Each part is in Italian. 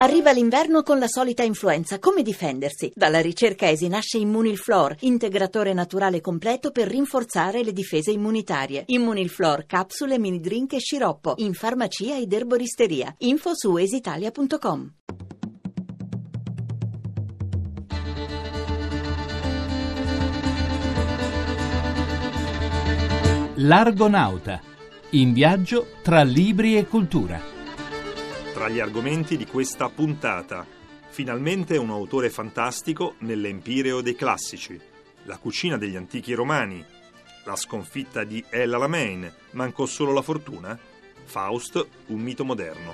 Arriva l'inverno con la solita influenza. Come difendersi? Dalla ricerca ESI nasce Immunilflor, integratore naturale completo per rinforzare le difese immunitarie. Immunilflor, capsule, mini drink e sciroppo. In farmacia ed erboristeria. Info su esitalia.com. L'Argonauta, in viaggio tra libri e cultura. Tra gli argomenti di questa puntata, finalmente un autore fantastico nell'empireo dei classici, la cucina degli antichi romani, la sconfitta di El Alamein, mancò solo la fortuna, Faust, un mito moderno.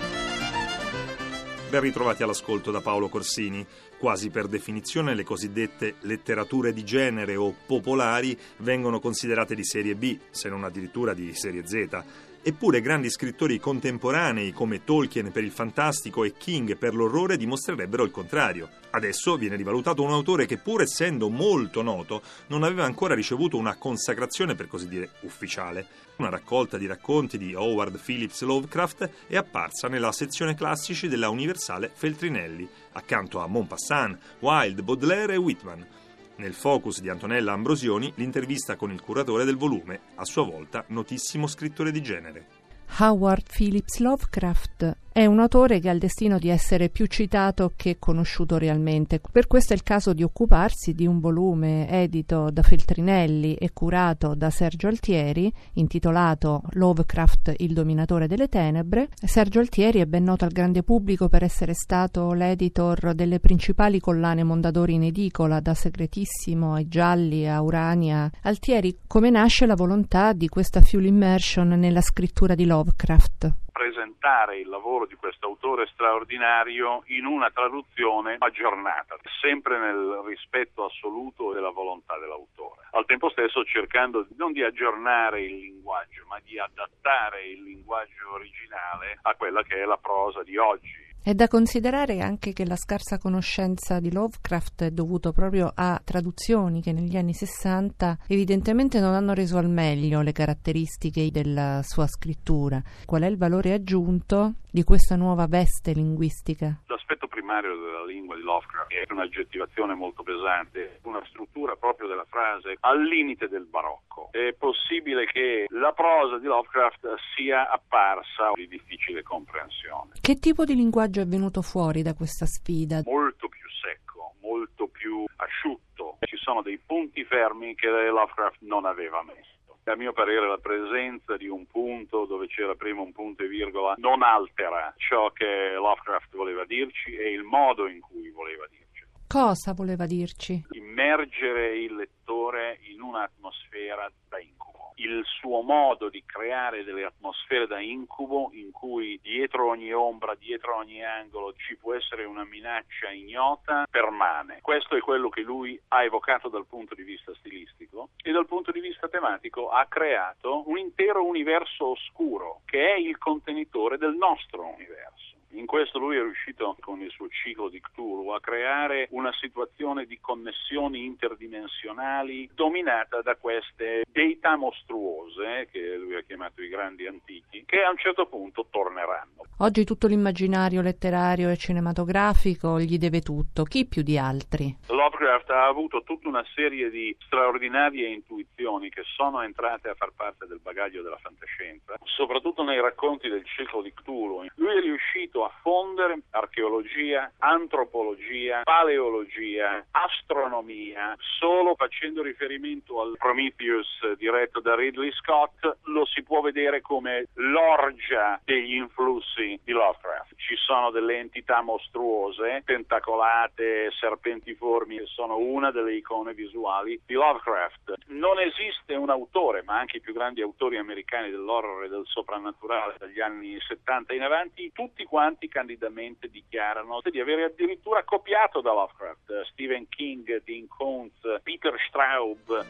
Ben ritrovati all'ascolto da Paolo Corsini. Quasi per definizione le cosiddette letterature di genere o popolari vengono considerate di serie B, se non addirittura di serie Z. Eppure grandi scrittori contemporanei come Tolkien per il fantastico e King per l'orrore dimostrerebbero il contrario. Adesso viene rivalutato un autore che, pur essendo molto noto, non aveva ancora ricevuto una consacrazione, per così dire, ufficiale. Una raccolta di racconti di Howard Phillips Lovecraft è apparsa nella sezione classici della Universale Feltrinelli, accanto a Maupassant, Wilde, Baudelaire e Whitman. Nel focus di Antonella Ambrosioni, l'intervista con il curatore del volume, a sua volta notissimo scrittore di genere. Howard Phillips Lovecraft è un autore che ha il destino di essere più citato che conosciuto realmente. Per questo è il caso di occuparsi di un volume edito da Feltrinelli e curato da Sergio Altieri, intitolato Lovecraft, il dominatore delle tenebre. Sergio Altieri è ben noto al grande pubblico per essere stato l'editor delle principali collane Mondadori in edicola, da Segretissimo ai Gialli a Urania. Altieri, come nasce la volontà di questa full immersion nella scrittura di Lovecraft? Presentare il lavoro di questo autore straordinario in una traduzione aggiornata, sempre nel rispetto assoluto della volontà dell'autore. Al tempo stesso cercando non di aggiornare il linguaggio, ma di adattare il linguaggio originale a quella che è la prosa di oggi. È da considerare anche che la scarsa conoscenza di Lovecraft è dovuto proprio a traduzioni che negli anni 60 evidentemente non hanno reso al meglio le caratteristiche della sua scrittura. Qual è il valore aggiunto di questa nuova veste linguistica? L'aspetto primario della lingua di Lovecraft è un'aggettivazione molto pesante, una struttura proprio della frase al limite del barocco. È possibile che la prosa di Lovecraft sia apparsa di difficile comprensione. Che tipo di linguaggio è venuto fuori da questa sfida? Molto più secco, molto più asciutto. Ci sono dei punti fermi che Lovecraft non aveva messo. A mio parere la presenza di un punto dove c'era prima un punto e virgola non altera ciò che Lovecraft voleva dirci e il modo in cui voleva dirci. Cosa voleva dirci? Immergere il lettore in un'atmosfera da incubo. Il suo modo di creare delle atmosfere da incubo in cui dietro ogni ombra, dietro ogni angolo ci può essere una minaccia ignota, permane. Questo è quello che lui ha evocato dal punto di vista stilistico e dal punto di vista tematico ha creato un intero universo oscuro che è il contenitore del nostro universo. In questo lui è riuscito con il suo ciclo di Cthulhu a creare una situazione di connessioni interdimensionali dominata da queste deità mostruose, che lui ha chiamato i grandi antichi, che a un certo punto torneranno. Oggi tutto l'immaginario letterario e cinematografico gli deve tutto, chi più di altri? Lovecraft ha avuto tutta una serie di straordinarie intuizioni che sono entrate a far parte del bagaglio della fantascienza, soprattutto nei racconti del ciclo di Cthulhu. Lui è riuscito a fondere archeologia, antropologia, paleologia, astronomia, solo facendo riferimento al Prometheus diretto da Ridley Scott, lo si può vedere come l'orgia degli influssi di Lovecraft. Ci sono delle entità mostruose, tentacolate, serpentiformi, che sono una delle icone visuali di Lovecraft. Non esiste un autore, ma anche i più grandi autori americani dell'horror e del soprannaturale dagli anni 70 in avanti, tutti quanti candidamente dichiarano di avere addirittura copiato da Lovecraft. Stephen King, Dean Koontz, Peter Straub.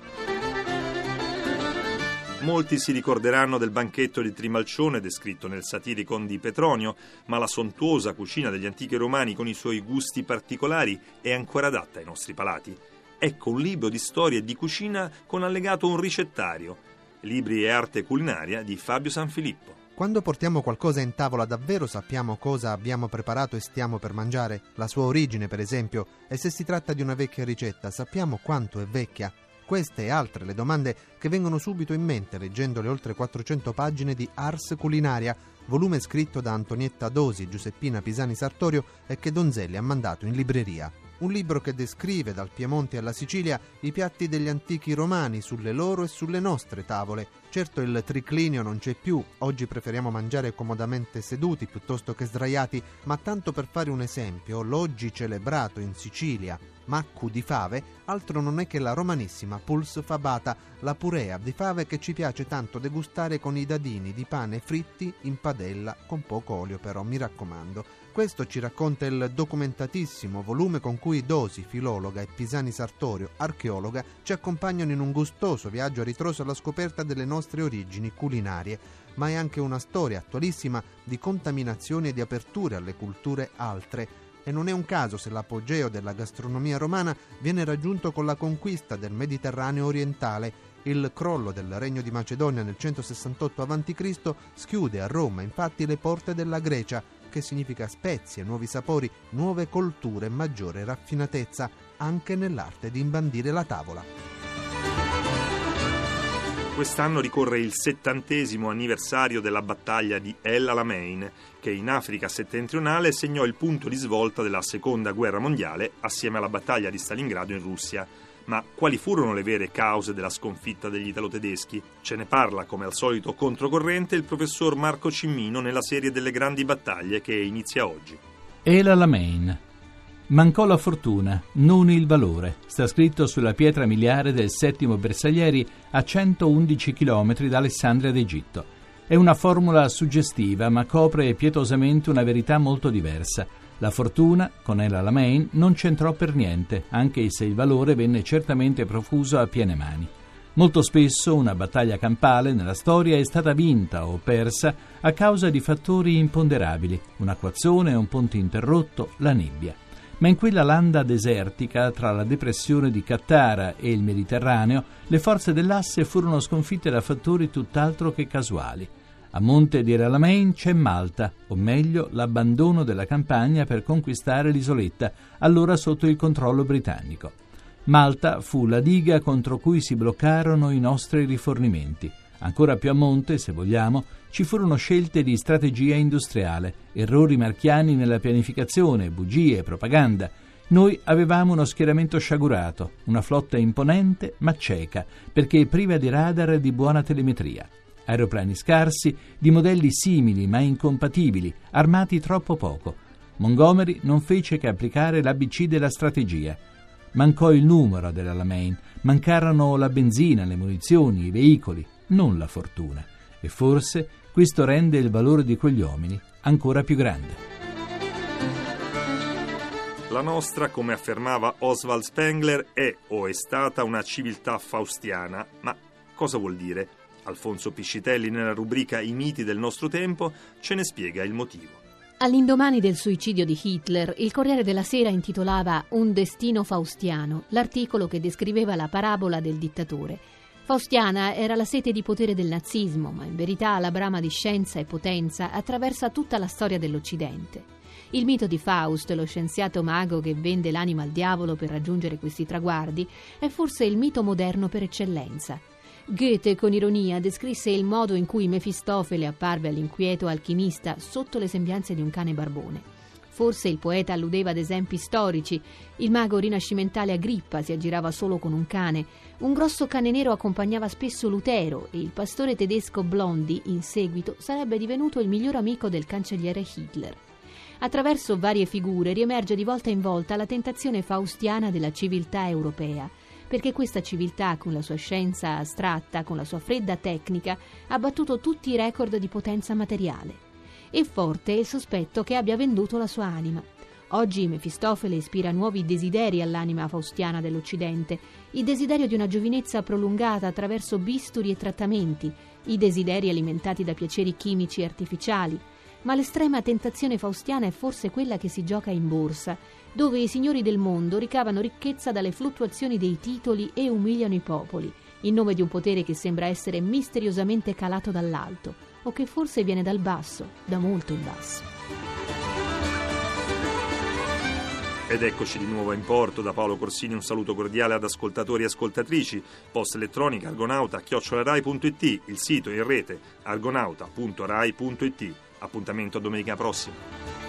Molti si ricorderanno del banchetto di Trimalcione descritto nel Satiricon di Petronio, ma la sontuosa cucina degli antichi romani con i suoi gusti particolari è ancora adatta ai nostri palati. Ecco un libro di storia e di cucina con allegato un ricettario. Libri e arte culinaria di Fabio Sanfilippo. Quando portiamo qualcosa in tavola davvero sappiamo cosa abbiamo preparato e stiamo per mangiare? La sua origine, per esempio, e se si tratta di una vecchia ricetta, sappiamo quanto è vecchia? Queste e altre le domande che vengono subito in mente leggendo le oltre 400 pagine di Ars Culinaria, volume scritto da Antonietta Dosi e Giuseppina Pisani Sartorio e che Donzelli ha mandato in libreria. Un libro che descrive dal Piemonte alla Sicilia i piatti degli antichi romani sulle loro e sulle nostre tavole. Certo il triclinio non c'è più, oggi preferiamo mangiare comodamente seduti piuttosto che sdraiati, ma tanto per fare un esempio, l'oggi celebrato in Sicilia Maccu di fave altro non è che la romanissima Puls fabata, la purea di fave che ci piace tanto degustare con i dadini di pane fritti in padella, con poco olio però, mi raccomando. Questo ci racconta il documentatissimo volume con cui Dosi, filologa, e Pisani Sartorio, archeologa, ci accompagnano in un gustoso viaggio a ritroso alla scoperta delle nostre origini culinarie, ma è anche una storia attualissima di contaminazione e di aperture alle culture altre. E non è un caso se l'apogeo della gastronomia romana viene raggiunto con la conquista del Mediterraneo orientale. Il crollo del Regno di Macedonia nel 168 a.C. schiude a Roma infatti le porte della Grecia, che significa spezie, nuovi sapori, nuove colture e maggiore raffinatezza, anche nell'arte di imbandire la tavola. Quest'anno ricorre il 70° anniversario della battaglia di El Alamein, che in Africa settentrionale segnò il punto di svolta della Seconda Guerra Mondiale assieme alla battaglia di Stalingrado in Russia. Ma quali furono le vere cause della sconfitta degli italo-tedeschi? Ce ne parla, come al solito controcorrente, il professor Marco Cimmino nella serie delle grandi battaglie che inizia oggi. El Alamein. Mancò la fortuna, non il valore. Sta scritto sulla pietra miliare del 7° Bersaglieri a 111 km da Alessandria d'Egitto. È una formula suggestiva, ma copre pietosamente una verità molto diversa. La fortuna, con El Alamein, non c'entrò per niente, anche se il valore venne certamente profuso a piene mani. Molto spesso una battaglia campale nella storia è stata vinta o persa a causa di fattori imponderabili, un'acquazzone, un ponte interrotto, la nebbia. Ma in quella landa desertica, tra la depressione di Cattara e il Mediterraneo, le forze dell'asse furono sconfitte da fattori tutt'altro che casuali. A monte di El Alamein c'è Malta, o meglio l'abbandono della campagna per conquistare l'isoletta, allora sotto il controllo britannico. Malta fu la diga contro cui si bloccarono i nostri rifornimenti. Ancora più a monte, se vogliamo, ci furono scelte di strategia industriale, errori marchiani nella pianificazione, bugie, propaganda. Noi avevamo uno schieramento sciagurato, una flotta imponente ma cieca, perché priva di radar e di buona telemetria. Aeroplani scarsi, di modelli simili ma incompatibili, armati troppo poco. Montgomery non fece che applicare l'ABC della strategia. Mancò il numero dell'Alamein, mancarono la benzina, le munizioni, i veicoli, non la fortuna. E forse questo rende il valore di quegli uomini ancora più grande. La nostra, come affermava Oswald Spengler, è o è stata una civiltà faustiana. Ma cosa vuol dire? Alfonso Piscitelli, nella rubrica I miti del nostro tempo, ce ne spiega il motivo. All'indomani del suicidio di Hitler, il Corriere della Sera intitolava Un destino faustiano, l'articolo che descriveva la parabola del dittatore. Faustiana era la sete di potere del nazismo, ma in verità la brama di scienza e potenza attraversa tutta la storia dell'Occidente. Il mito di Faust, lo scienziato mago che vende l'anima al diavolo per raggiungere questi traguardi, è forse il mito moderno per eccellenza. Goethe, con ironia, descrisse il modo in cui Mefistofele apparve all'inquieto alchimista sotto le sembianze di un cane barbone. Forse il poeta alludeva ad esempi storici. Il mago rinascimentale Agrippa si aggirava solo con un cane. Un grosso cane nero accompagnava spesso Lutero e il pastore tedesco Blondi, in seguito, sarebbe divenuto il miglior amico del cancelliere Hitler. Attraverso varie figure riemerge di volta in volta la tentazione faustiana della civiltà europea, perché questa civiltà, con la sua scienza astratta, con la sua fredda tecnica, ha battuto tutti i record di potenza materiale. E forte è il sospetto che abbia venduto la sua anima. Oggi Mefistofele ispira nuovi desideri all'anima faustiana dell'Occidente, il desiderio di una giovinezza prolungata attraverso bisturi e trattamenti, i desideri alimentati da piaceri chimici e artificiali. Ma l'estrema tentazione faustiana è forse quella che si gioca in borsa, dove i signori del mondo ricavano ricchezza dalle fluttuazioni dei titoli e umiliano i popoli, in nome di un potere che sembra essere misteriosamente calato dall'alto, o che forse viene dal basso, da molto in basso. Ed eccoci di nuovo a Importo. Da Paolo Corsini un saluto cordiale ad ascoltatori e ascoltatrici. Posta elettronica argonauta@rai.it, il sito in rete argonauta.rai.it. Appuntamento a domenica prossima.